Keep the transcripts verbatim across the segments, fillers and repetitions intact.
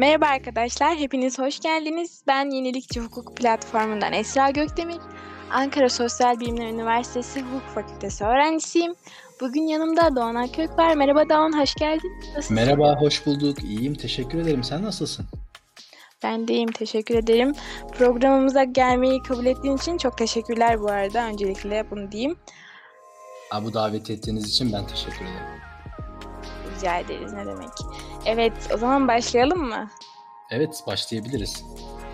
Merhaba arkadaşlar, hepiniz hoş geldiniz. Ben Yenilikçi Hukuk Platformu'ndan Esra Gökdemir. Ankara Sosyal Bilimler Üniversitesi Hukuk Fakültesi öğrencisiyim. Bugün yanımda Doğan Akgök var. Merhaba Doğan, hoş geldin. Nasılsın? Merhaba, hoş bulduk. İyiyim, teşekkür ederim. Sen nasılsın? Ben de iyiyim, teşekkür ederim. Programımıza gelmeyi kabul ettiğin için çok teşekkürler bu arada. Öncelikle bunu diyeyim. Ha, bu davet ettiğiniz için ben teşekkür ederim. Rica ederiz, ne demek. Evet, o zaman başlayalım mı? Evet, başlayabiliriz.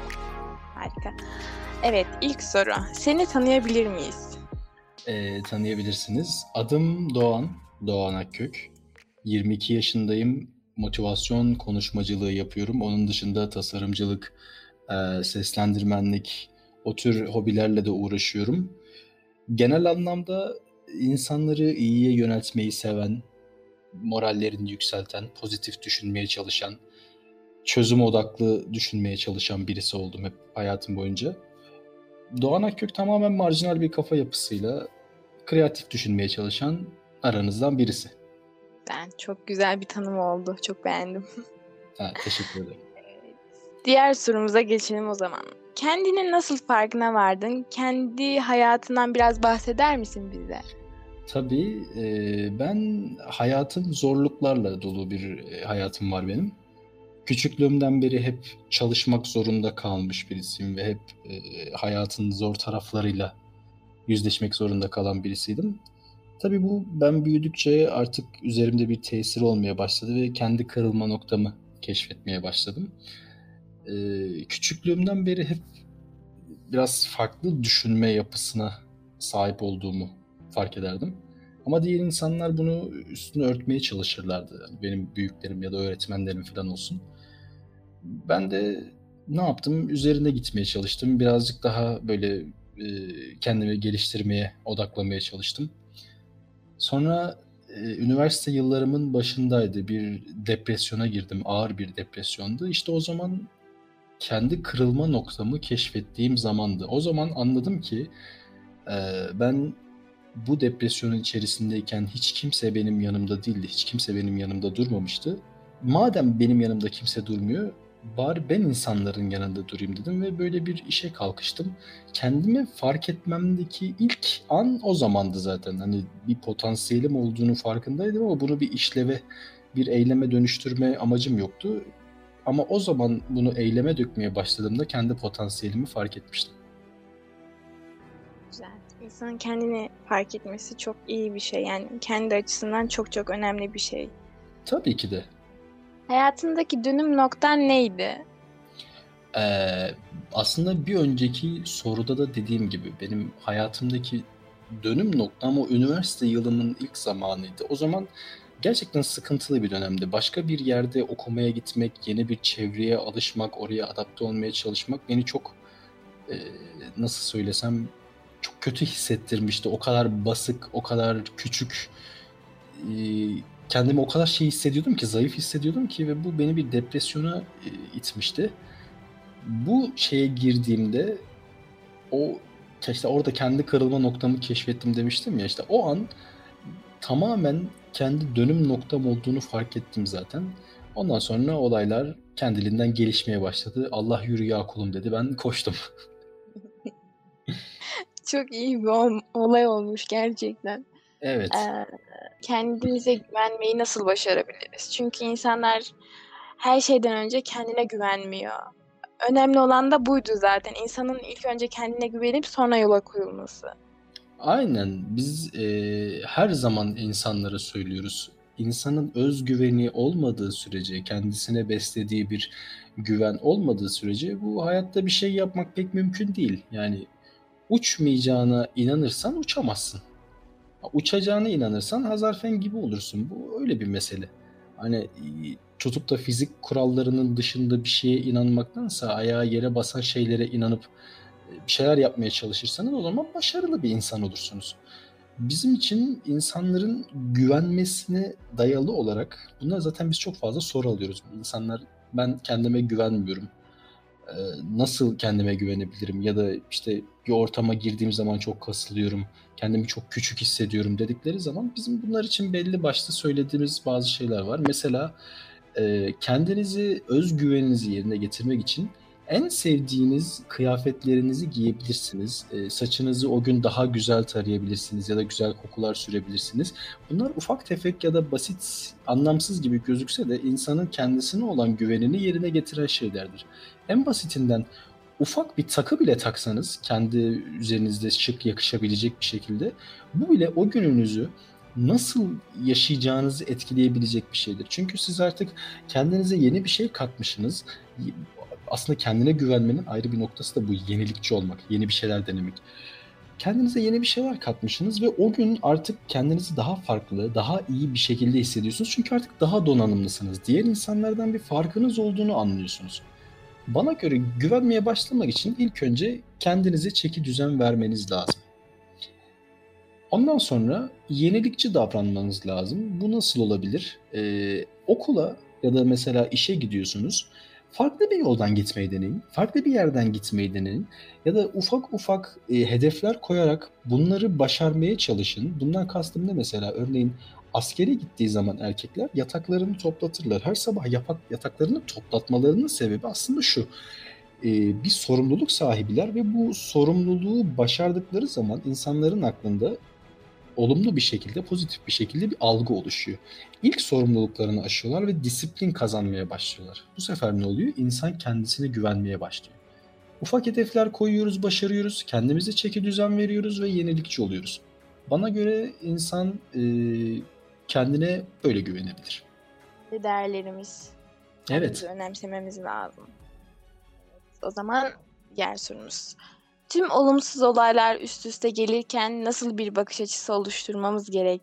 Harika. Evet, ilk soru. Seni tanıyabilir miyiz? Ee, tanıyabilirsiniz. Adım Doğan, Doğan Akgök. yirmi iki yaşındayım. Motivasyon konuşmacılığı yapıyorum. Onun dışında tasarımcılık, e, seslendirmenlik, o tür hobilerle de uğraşıyorum. Genel anlamda insanları iyiye yöneltmeyi seven, morallerini yükselten, pozitif düşünmeye çalışan, çözüm odaklı düşünmeye çalışan birisi oldum hep hayatım boyunca. Doğan Akgök tamamen marjinal bir kafa yapısıyla kreatif düşünmeye çalışan aranızdan birisi. Ben çok güzel bir tanım oldu. Çok beğendim. Ha, teşekkür ederim. Diğer sorumuza geçelim o zaman. Kendinin nasıl farkına vardın? Kendi hayatından biraz bahseder misin bize? Tabii e, ben hayatım zorluklarla dolu bir e, hayatım var benim. Küçüklüğümden beri hep çalışmak zorunda kalmış birisiyim ve hep e, hayatın zor taraflarıyla yüzleşmek zorunda kalan birisiydim. Tabii bu ben büyüdükçe artık üzerimde bir tesir olmaya başladı ve kendi kırılma noktamı keşfetmeye başladım. Ee, küçüklüğümden beri hep biraz farklı düşünme yapısına sahip olduğumu fark ederdim. Ama diğer insanlar bunu üstünü örtmeye çalışırlardı. Yani benim büyüklerim ya da öğretmenlerim falan olsun. Ben de ne yaptım? Üzerine gitmeye çalıştım. Birazcık daha böyle e, kendimi geliştirmeye odaklamaya çalıştım. Sonra e, üniversite yıllarımın başındaydı. Bir depresyona girdim. Ağır bir depresyondu. İşte o zaman kendi kırılma noktamı keşfettiğim zamandı. O zaman anladım ki e, ben bu depresyonun içerisindeyken hiç kimse benim yanımda değildi. Hiç kimse benim yanımda durmamıştı. Madem benim yanımda kimse durmuyor, bari ben insanların yanında durayım dedim ve böyle bir işe kalkıştım. Kendimi fark etmemdeki ilk an o zamandı zaten. Hani bir potansiyelim olduğunu farkındaydım ama bunu bir işleve, bir eyleme dönüştürme amacım yoktu. Ama o zaman bunu eyleme dökmeye başladığımda kendi potansiyelimi fark etmiştim. Güzel. İnsanın kendini fark etmesi çok iyi bir şey. Yani kendi açısından çok çok önemli bir şey. Tabii ki de. Hayatındaki dönüm noktan neydi? Ee, aslında bir önceki soruda da dediğim gibi benim hayatımdaki dönüm noktam o üniversite yılımın ilk zamanıydı. O zaman gerçekten sıkıntılı bir dönemdi. Başka bir yerde okumaya gitmek, yeni bir çevreye alışmak, oraya adapte olmaya çalışmak beni çok e, nasıl söylesem çok kötü hissettirmişti. O kadar basık, o kadar küçük, e, kendimi o kadar şey hissediyordum ki, zayıf hissediyordum ki ve bu beni bir depresyona e, itmişti. Bu şeye girdiğimde o işte orada kendi kırılma noktamı keşfettim demiştim ya işte o an tamamen kendi dönüm noktam olduğunu fark ettim zaten. Ondan sonra olaylar kendiliğinden gelişmeye başladı. Allah yürü ya kulum dedi. Ben koştum. Çok iyi bir ol- olay olmuş gerçekten. Evet. Ee, Kendimize güvenmeyi nasıl başarabiliriz? Çünkü insanlar her şeyden önce kendine güvenmiyor. Önemli olan da buydu zaten. İnsanın ilk önce kendine güvenip sonra yola koyulması. Aynen. Biz eee, her zaman insanlara söylüyoruz. İnsanın özgüveni olmadığı sürece, kendisine beslediği bir güven olmadığı sürece bu hayatta bir şey yapmak pek mümkün değil. Yani uçmayacağına inanırsan uçamazsın. Uçacağına inanırsan Hazarfen gibi olursun. Bu öyle bir mesele. Hani e, tutup da fizik kurallarının dışında bir şeye inanmaktansa ayağı yere basan şeylere inanıp e, bir şeyler yapmaya çalışırsanız o zaman başarılı bir insan olursunuz. Bizim için insanların güvenmesine dayalı olarak buna zaten biz çok fazla soru alıyoruz. İnsanlar ben kendime güvenmiyorum. Ee, nasıl kendime güvenebilirim ya da işte bir ortama girdiğim zaman çok kasılıyorum, kendimi çok küçük hissediyorum dedikleri zaman bizim bunlar için belli başlı söylediğimiz bazı şeyler var. Mesela Eee, kendinizi, öz güveninizi yerine getirmek için en sevdiğiniz kıyafetlerinizi giyebilirsiniz. Eee, saçınızı o gün daha güzel tarayabilirsiniz ya da güzel kokular sürebilirsiniz. Bunlar ufak tefek ya da basit, anlamsız gibi gözükse de insanın kendisine olan güvenini yerine getiren şeylerdir. En basitinden ufak bir takı bile taksanız kendi üzerinizde şık yakışabilecek bir şekilde bu bile o gününüzü nasıl yaşayacağınızı etkileyebilecek bir şeydir. Çünkü siz artık kendinize yeni bir şey katmışsınız. Y aslında kendine güvenmenin ayrı bir noktası da bu yenilikçi olmak, yeni bir şeyler denemek. Kendinize yeni bir şeyler katmışsınız ve o gün artık kendinizi daha farklı, daha iyi bir şekilde hissediyorsunuz. Çünkü artık daha donanımlısınız. Diğer insanlardan bir farkınız olduğunu anlıyorsunuz. Bana göre güvenmeye başlamak için ilk önce kendinize çekidüzen vermeniz lazım. Ondan sonra yenilikçi davranmanız lazım. Bu nasıl olabilir? Eee, okula ya da mesela işe gidiyorsunuz. Farklı bir yoldan gitmeyi deneyin. Farklı bir yerden gitmeyi deneyin. Ya da ufak ufak eee, hedefler koyarak bunları başarmaya çalışın. Bundan kastım ne mesela? Örneğin askere gittiği zaman erkekler yataklarını toplatırlar. Her sabah yapak, yataklarını toplatmalarının sebebi aslında şu. Eee, bir sorumluluk sahibiler ve bu sorumluluğu başardıkları zaman insanların aklında olumlu bir şekilde, pozitif bir şekilde bir algı oluşuyor. İlk sorumluluklarını aşıyorlar ve disiplin kazanmaya başlıyorlar. Bu sefer ne oluyor? İnsan kendisine güvenmeye başlıyor. Ufak hedefler koyuyoruz, başarıyoruz, kendimize çekidüzen veriyoruz ve yenilikçi oluyoruz. Bana göre insan eee, kendine böyle güvenebilir. Ve değerlerimiz. Kendimizi Evet. önemsememiz lazım. O zaman diğer sorumuz. Tüm olumsuz olaylar üst üste gelirken nasıl bir bakış açısı oluşturmamız gerek?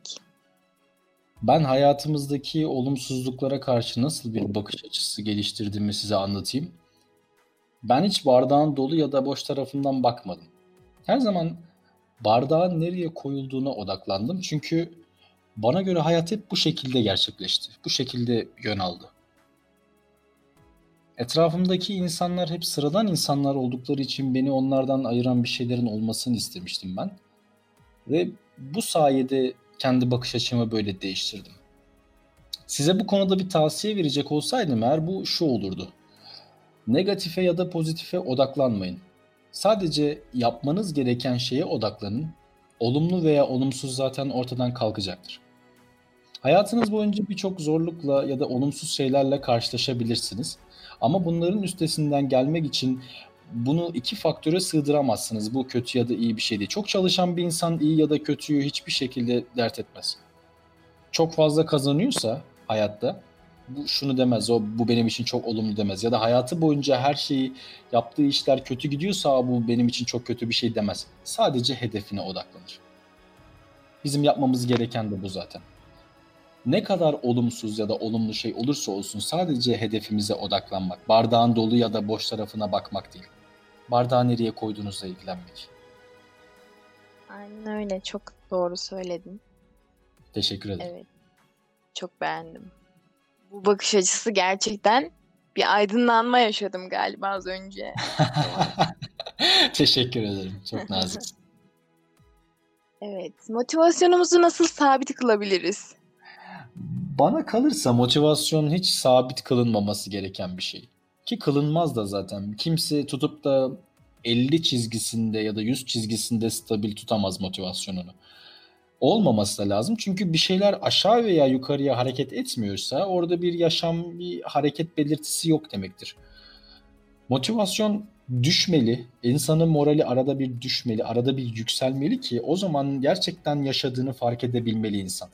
Ben hayatımızdaki olumsuzluklara karşı nasıl bir bakış açısı geliştirdiğimi size anlatayım. Ben hiç bardağın dolu ya da boş tarafından bakmadım. Her zaman bardağın nereye koyulduğuna odaklandım. Çünkü bana göre hayat hep bu şekilde gerçekleşti. Bu şekilde yön aldı. Etrafımdaki insanlar hep sıradan insanlar oldukları için beni onlardan ayıran bir şeylerin olmasını istemiştim ben. Ve bu sayede kendi bakış açımı böyle değiştirdim. Size bu konuda bir tavsiye verecek olsaydım eğer bu şu olurdu. Negatife ya da pozitife odaklanmayın. Sadece yapmanız gereken şeye odaklanın. Olumlu veya olumsuz zaten ortadan kalkacaktır. Hayatınız boyunca birçok zorlukla ya da olumsuz şeylerle karşılaşabilirsiniz. Ama bunların üstesinden gelmek için bunu iki faktöre sığdıramazsınız. Bu kötü ya da iyi bir şey değil. Çok çalışan bir insan iyi ya da kötüyü hiçbir şekilde dert etmez. Çok fazla kazanıyorsa hayatta bu şunu demez, o bu benim için çok olumlu demez. Ya da hayatı boyunca her şeyi yaptığı işler kötü gidiyorsa bu benim için çok kötü bir şey demez. Sadece hedefine odaklanır. Bizim yapmamız gereken de bu zaten. Ne kadar olumsuz ya da olumlu şey olursa olsun sadece hedefimize odaklanmak. Bardağın dolu ya da boş tarafına bakmak değil. Bardağı nereye koyduğunuzla ilgilenmek. Aynen öyle. Çok doğru söyledin. Teşekkür ederim. Evet. Çok beğendim. Bu bakış açısı gerçekten bir aydınlanma yaşadım galiba az önce. Teşekkür ederim. Çok naziksin. Evet. Motivasyonumuzu nasıl sabit kılabiliriz? Bana kalırsa motivasyon hiç sabit kılınmaması gereken bir şey. Ki kılınmaz da zaten. Kimse tutup da elli çizgisinde ya da yüz çizgisinde stabil tutamaz motivasyonunu. Olmaması da lazım. Çünkü bir şeyler aşağı veya yukarıya hareket etmiyorsa orada bir yaşam, bir hareket belirtisi yok demektir. Motivasyon düşmeli. İnsanın morali arada bir düşmeli, arada bir yükselmeli ki o zaman gerçekten yaşadığını fark edebilmeli insan.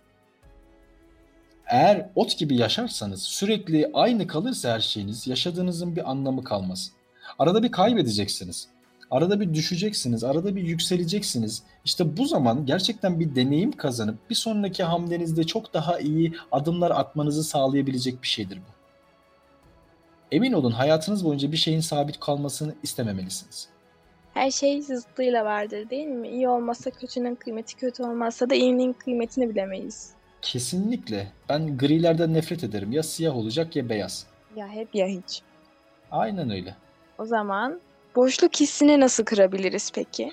Eğer ot gibi yaşarsanız, sürekli aynı kalırsa her şeyiniz, yaşadığınızın bir anlamı kalmaz. Arada bir kaybedeceksiniz. Arada bir düşeceksiniz, arada bir yükseleceksiniz. İşte bu zaman gerçekten bir deneyim kazanıp bir sonraki hamlenizde çok daha iyi adımlar atmanızı sağlayabilecek bir şeydir bu. Emin olun hayatınız boyunca bir şeyin sabit kalmasını istememelisiniz. Her şey zıttıyla vardır değil mi? İyi olmazsa kötünün kıymeti, kötü olmazsa da iyinin kıymetini bilemeyiz. Kesinlikle. Ben grilerden nefret ederim. Ya siyah olacak ya beyaz. Ya hep ya hiç. Aynen öyle. O zaman boşluk hissini nasıl kırabiliriz peki?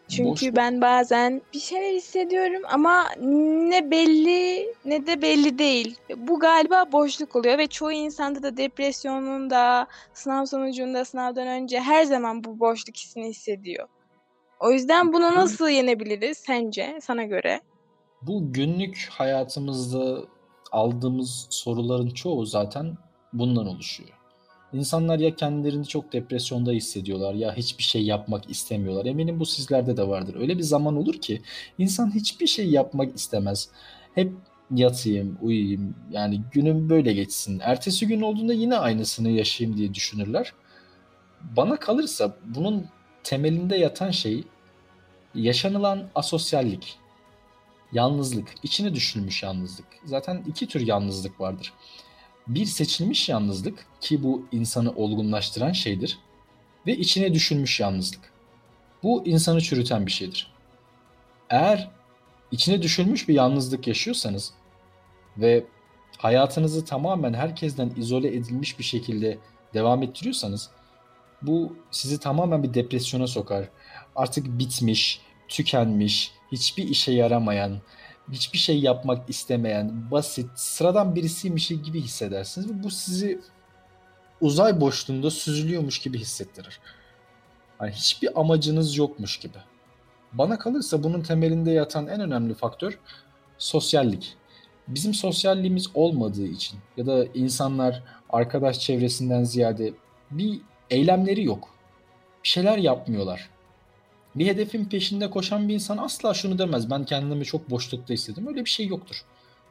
Çünkü Boşluk ben bazen bir şeyler hissediyorum ama ne belli ne de belli değil. Bu galiba boşluk oluyor ve çoğu insanda da depresyonunda, sınav sonucunda, sınavdan önce her zaman bu boşluk hissini hissediyor. O yüzden bunu bu nasıl yenebiliriz sence, sana göre? bu günlük hayatımızda aldığımız soruların çoğu zaten bundan oluşuyor. İnsanlar ya kendilerini çok depresyonda hissediyorlar ya hiçbir şey yapmak istemiyorlar. Eminim bu sizlerde de vardır. Öyle bir zaman olur ki insan hiçbir şey yapmak istemez. Hep yatayım, uyuyayım, yani günüm böyle geçsin. Ertesi gün olduğunda yine aynısını yaşayayım diye düşünürler. Bana kalırsa bunun temelinde yatan şey yaşanılan asosyallik, yalnızlık, içine düşünülmüş yalnızlık. Zaten iki tür yalnızlık vardır. Bir seçilmiş yalnızlık ki bu insanı olgunlaştıran şeydir ve içine düşünmüş yalnızlık. Bu insanı çürüten bir şeydir. Eğer içine düşünmüş bir yalnızlık yaşıyorsanız ve hayatınızı tamamen herkesten izole edilmiş bir şekilde devam ettiriyorsanız bu sizi tamamen bir depresyona sokar. Artık bitmiş, tükenmiş, hiçbir işe yaramayan, hiçbir şey yapmak istemeyen, basit, sıradan birisiymiş gibi hissedersiniz ve bu sizi uzay boşluğunda süzülüyormuş gibi hissettirir. Yani hiçbir amacınız yokmuş gibi. Bana kalırsa bunun temelinde yatan en önemli faktör sosyallik. Bizim sosyalliğimiz olmadığı için ya da insanlar arkadaş çevresinden ziyade bir eylemleri yok. Bir şeyler yapmıyorlar. Bir hedefin peşinde koşan bir insan asla şunu demez. Ben kendimi çok boşlukta hissettim. Öyle bir şey yoktur.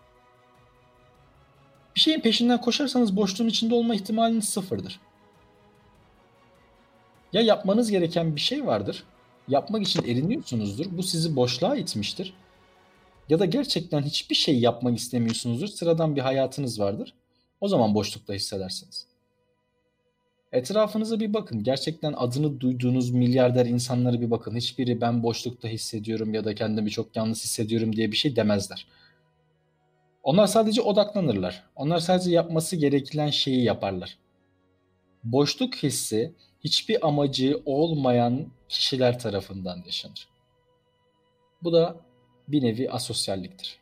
Bir şeyin peşinden koşarsanız boşluğun içinde olma ihtimaliniz sıfırdır. Ya yapmanız gereken bir şey vardır. Yapmak için eriniyorsunuzdur. Bu sizi boşluğa itmiştir. Ya da gerçekten hiçbir şey yapmak istemiyorsunuzdur. Sıradan bir hayatınız vardır. O zaman boşlukta hissedersiniz. Etrafınıza bir bakın. Gerçekten adını duyduğunuz milyarder insanlara bir bakın. Hiçbiri ben boşlukta hissediyorum ya da kendimi çok yalnız hissediyorum diye bir şey demezler. Onlar sadece odaklanırlar. Onlar sadece yapması gereken şeyi yaparlar. Boşluk hissi hiçbir amacı olmayan kişiler tarafından yaşanır. Bu da bir nevi asosyalliktir.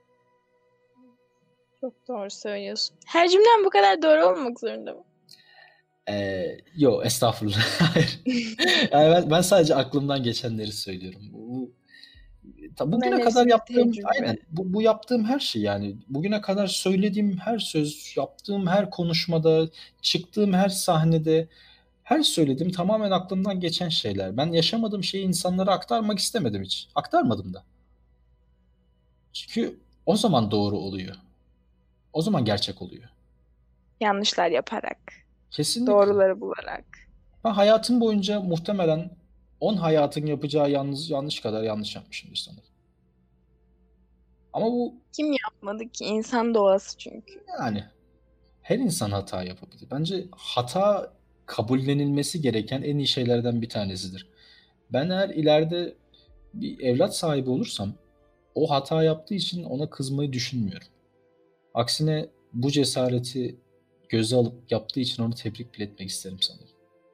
Çok doğru söylüyorsun. Her cümlen bu kadar doğru olmak zorunda mı? Ee, yo estağfurullah. Hayır. Yani ben, ben sadece aklımdan geçenleri söylüyorum. Bu, ta- bugüne Bunların kadar hepsi bir yaptığım tecrübe. aynen bu, bu yaptığım her şey, yani bugüne kadar söylediğim her söz, yaptığım her konuşmada, çıktığım her sahnede, her söylediğim tamamen aklımdan geçen şeyler. Ben yaşamadığım şeyi insanlara aktarmak istemedim hiç. Aktarmadım da. Çünkü o zaman doğru oluyor. O zaman gerçek oluyor. Yanlışlar yaparak, Kesinlikle. doğruları bularak. Ben hayatım boyunca muhtemelen on hayatın yapacağı yalnız yanlış kadar yanlış yapmışımdır sanırım. Ama bu, Kim yapmadı ki? İnsan doğası çünkü. yani her insan hata yapabilir. Bence hata kabullenilmesi gereken en iyi şeylerden bir tanesidir. Ben eğer ileride bir evlat sahibi olursam o hata yaptığı için ona kızmayı düşünmüyorum. Aksine bu cesareti göze alıp yaptığı için onu tebrik bile etmek isterim sanırım.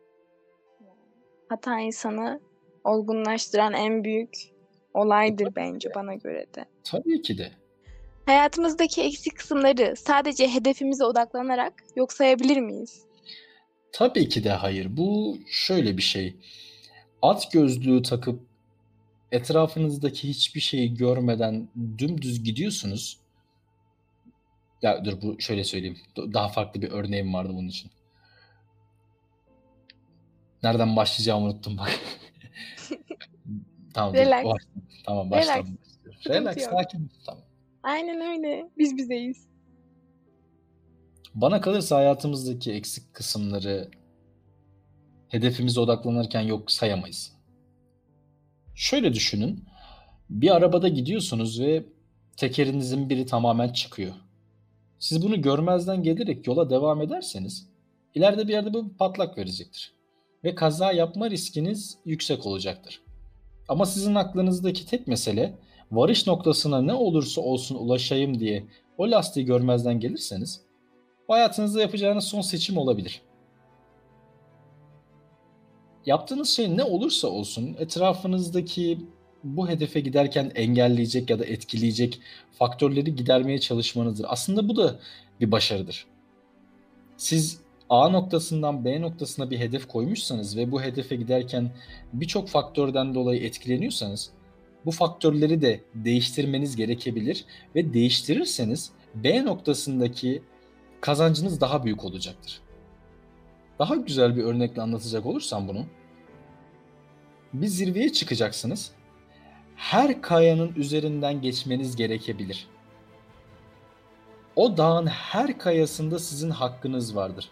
Hata insanı olgunlaştıran en büyük olaydır bence bana göre de. Tabii ki de. Hayatımızdaki eksik kısımları sadece hedefimize odaklanarak yok sayabilir miyiz? Tabii ki de hayır. Bu şöyle bir şey. At gözlüğü takıp etrafınızdaki hiçbir şeyi görmeden dümdüz gidiyorsunuz. Ya dur, bu şöyle söyleyeyim. Daha farklı bir örneğim vardı bunun için. Nereden başlayacağımı unuttum bak. Tamam dur. Relax, O- Tamam relax. baştan başlıyorum. Sıkıntı Relax, yok. sakin. Tamam. Aynen öyle. Biz bizeyiz. Bana kalırsa hayatımızdaki eksik kısımları hedefimize odaklanırken yok sayamayız. Şöyle düşünün. Bir arabada gidiyorsunuz ve tekerinizin biri tamamen çıkıyor. Siz bunu görmezden gelerek yola devam ederseniz ileride bir yerde bu bir patlak verecektir. Ve kaza yapma riskiniz yüksek olacaktır. Ama sizin aklınızdaki tek mesele varış noktasına ne olursa olsun ulaşayım diye o lastiği görmezden gelirseniz bu hayatınızda yapacağınız son seçim olabilir. Yaptığınız şey ne olursa olsun etrafınızdaki bu hedefe giderken engelleyecek ya da etkileyecek faktörleri gidermeye çalışmanızdır. Aslında bu da bir başarıdır. Siz A noktasından B noktasına bir hedef koymuşsanız ve bu hedefe giderken birçok faktörden dolayı etkileniyorsanız bu faktörleri de değiştirmeniz gerekebilir ve değiştirirseniz B noktasındaki kazancınız daha büyük olacaktır. Daha güzel bir örnekle anlatacak olursam bunu, bir zirveye çıkacaksınız. Her kayanın üzerinden geçmeniz gerekebilir. O dağın her kayasında sizin hakkınız vardır.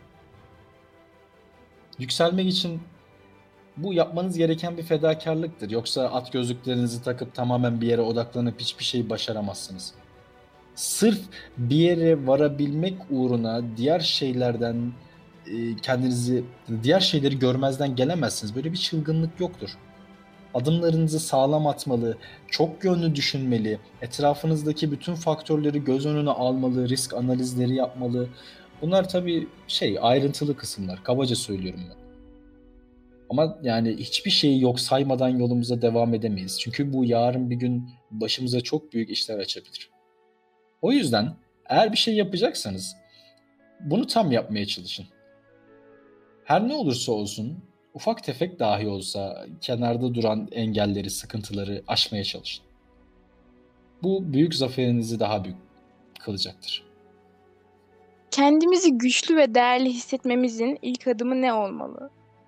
Yükselmek için bu yapmanız gereken bir fedakarlıktır. Yoksa at gözlüklerinizi takıp tamamen bir yere odaklanıp hiçbir şey başaramazsınız. Sırf bir yere varabilmek uğruna diğer şeylerden e, kendinizi, diğer şeyleri görmezden gelemezsiniz. Böyle bir çılgınlık yoktur. Adımlarınızı sağlam atmalı, çok yönlü düşünmeli, etrafınızdaki bütün faktörleri göz önüne almalı, risk analizleri yapmalı. Bunlar tabii şey, ayrıntılı kısımlar. Kabaca söylüyorum ben. Ama yani hiçbir şeyi yok saymadan yolumuza devam edemeyiz. Çünkü bu yarın bir gün başımıza çok büyük işler açabilir. O yüzden eğer bir şey yapacaksanız bunu tam yapmaya çalışın. Her ne olursa olsun, ufak tefek dahi olsa kenarda duran engelleri, sıkıntıları aşmaya çalışın. Bu büyük zaferinizi daha büyük kılacaktır. Kendimizi güçlü ve değerli hissetmemizin ilk adımı ne olmalı?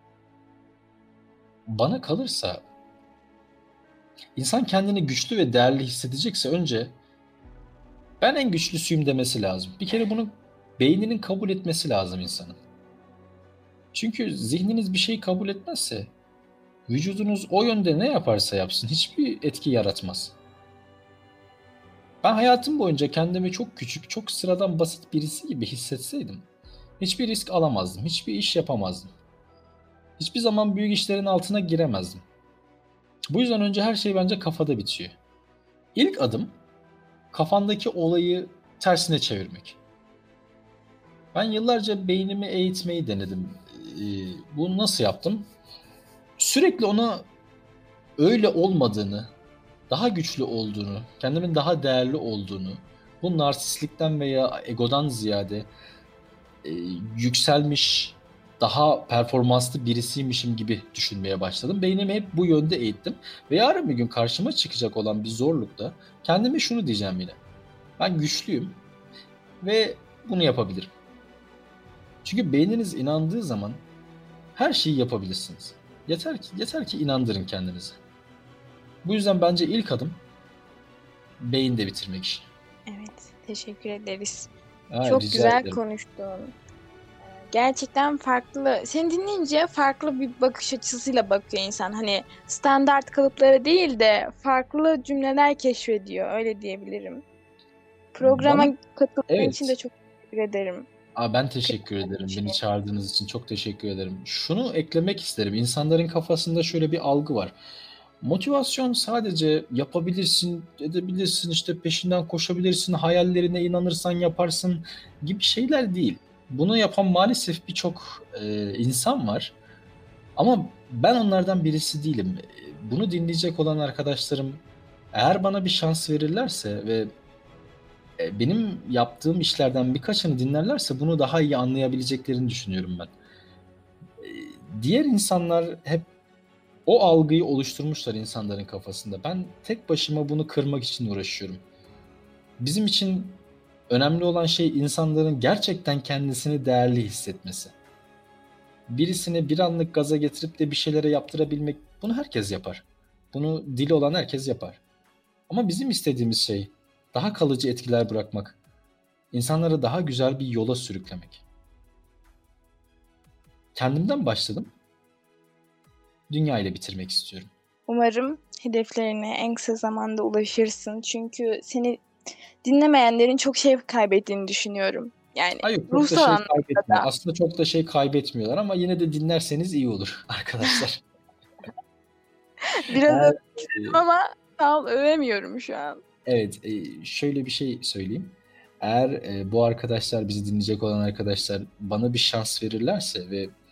Bana kalırsa insan kendini güçlü ve değerli hissedecekse önce ben en güçlüsüyüm demesi lazım. Bir kere bunu beyninin kabul etmesi lazım insanın. Çünkü zihniniz bir şeyi kabul etmezse vücudunuz o yönde ne yaparsa yapsın hiçbir etki yaratmaz. Ben hayatım boyunca kendimi çok küçük, çok sıradan basit birisi gibi hissetseydim hiçbir risk alamazdım, hiçbir iş yapamazdım. Hiçbir zaman büyük işlerin altına giremezdim. Bu yüzden önce her şey bence kafada bitiyor. İlk adım kafandaki olayı tersine çevirmek. Ben yıllarca beynimi eğitmeyi denedim. Ee, bunu nasıl yaptım? Sürekli ona öyle olmadığını, daha güçlü olduğunu, kendimin daha değerli olduğunu, bu narsistlikten veya egodan ziyade e, yükselmiş, daha performanslı birisiymişim gibi düşünmeye başladım. Beynimi hep bu yönde eğittim. Ve yarın bir gün karşıma çıkacak olan bir zorlukta kendime şunu diyeceğim yine. Ben güçlüyüm ve bunu yapabilirim. Çünkü beyniniz inandığı zaman her şeyi yapabilirsiniz. Yeter ki yeter ki inandırın kendinizi. Bu yüzden bence ilk adım beyinde bitirmek işi. Evet, teşekkür ederiz. Ha, Çok rica güzel ederim. konuştun. Gerçekten farklı. Seni dinleyince farklı bir bakış açısıyla bakıyor insan. Hani standart kalıpları değil de farklı cümleler keşfediyor. Öyle diyebilirim. Programa Bana katıldığın için de evet. çok teşekkür ederim. Aa, ben teşekkür Kırmadığın ederim. için. Beni çağırdığınız için çok teşekkür ederim. Şunu eklemek isterim. İnsanların kafasında şöyle bir algı var. Motivasyon sadece yapabilirsin, edebilirsin, işte peşinden koşabilirsin, hayallerine inanırsan yaparsın gibi şeyler değil. Bunu yapan maalesef birçok e, insan var. Ama ben onlardan birisi değilim. E, Bunu dinleyecek olan arkadaşlarım eğer bana bir şans verirlerse ve e, benim yaptığım işlerden birkaçını dinlerlerse bunu daha iyi anlayabileceklerini düşünüyorum ben. E, Diğer insanlar hep o algıyı oluşturmuşlar insanların kafasında. Ben tek başıma bunu kırmak için uğraşıyorum. Bizim için önemli olan şey insanların gerçekten kendisini değerli hissetmesi. Birisini bir anlık gaza getirip de bir şeylere yaptırabilmek, bunu herkes yapar. Bunu dili olan herkes yapar. Ama bizim istediğimiz şey daha kalıcı etkiler bırakmak, insanları daha güzel bir yola sürüklemek. Kendimden başladım, dünya ile bitirmek istiyorum. Umarım hedeflerine en kısa zamanda ulaşırsın. Çünkü seni dinlemeyenlerin çok şey kaybettiğini düşünüyorum. Yani Hayır, çok da ruhsal şey anlamda kaybetmiyor. da. Aslında çok da şey kaybetmiyorlar ama yine de dinlerseniz iyi olur arkadaşlar. Biraz Eğer, övmek istedim e, ama sağ ol, övemiyorum şu an. evet, e, şöyle bir şey söyleyeyim. Eğer e, bu arkadaşlar, bizi dinleyecek olan arkadaşlar bana bir şans verirlerse ve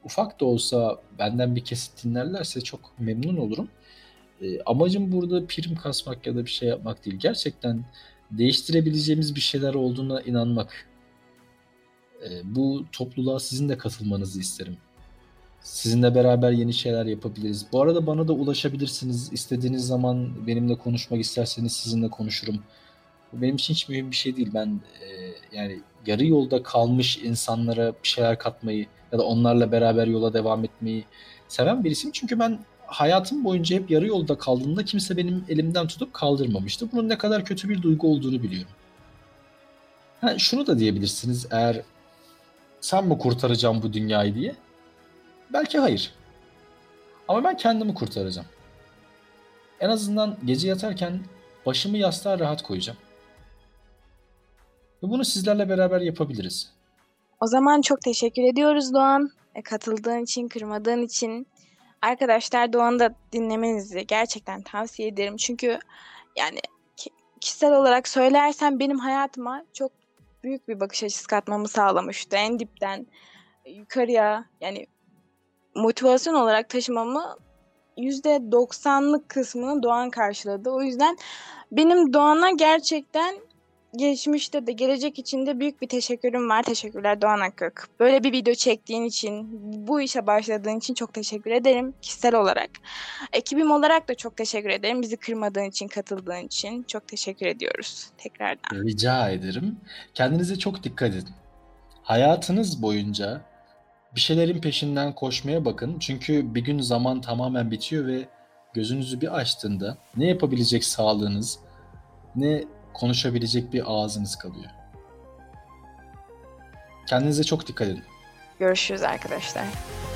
ufak da olsa benden bir kesit dinlerlerse çok memnun olurum. Eee, amacım burada prim kasmak ya da bir şey yapmak değil. Gerçekten değiştirebileceğimiz bir şeyler olduğuna inanmak. Eee, bu topluluğa sizin de katılmanızı isterim. Sizinle beraber yeni şeyler yapabiliriz. Bu arada bana da ulaşabilirsiniz. İstediğiniz zaman benimle konuşmak isterseniz sizinle konuşurum. Bu benim için hiç mühim bir şey değil. Ben eee, yani yarı yolda kalmış insanlara bir şeyler katmayı ya da onlarla beraber yola devam etmeyi seven birisiyim. Çünkü ben hayatım boyunca hep yarı yolda kaldığımda kimse benim elimden tutup kaldırmamıştı. Bunun ne kadar kötü bir duygu olduğunu biliyorum. Ha, şunu da diyebilirsiniz, eğer sen mi kurtaracaksın bu dünyayı diye. Belki hayır. Ama ben kendimi kurtaracağım. En azından gece yatarken başımı yastığa rahat koyacağım. Ve bunu sizlerle beraber yapabiliriz. O zaman çok teşekkür ediyoruz Doğan. E, katıldığın için, kırmadığın için. Arkadaşlar Doğan'ı da dinlemenizi gerçekten tavsiye ederim. Çünkü yani ki- kişisel olarak söylersem benim hayatıma çok büyük bir bakış açısı katmamı sağlamıştı. En dipten yukarıya yani motivasyon olarak taşımamı yüzde doksanlık kısmını Doğan karşıladı. O yüzden benim Doğan'a gerçekten geçmişte de gelecek için de büyük bir teşekkürüm var. Teşekkürler Doğan Akgök. Böyle bir video çektiğin için, bu işe başladığın için çok teşekkür ederim kişisel olarak. Ekibim olarak da çok teşekkür ederim. Bizi kırmadığın için, katıldığın için çok teşekkür ediyoruz tekrardan. Rica ederim. Kendinize çok dikkat edin. Hayatınız boyunca bir şeylerin peşinden koşmaya bakın. Çünkü bir gün zaman tamamen bitiyor ve gözünüzü bir açtığında ne yapabilecek sağlığınız, ne konuşabilecek bir ağzınız kalıyor. Kendinize çok dikkat edin. Görüşürüz arkadaşlar.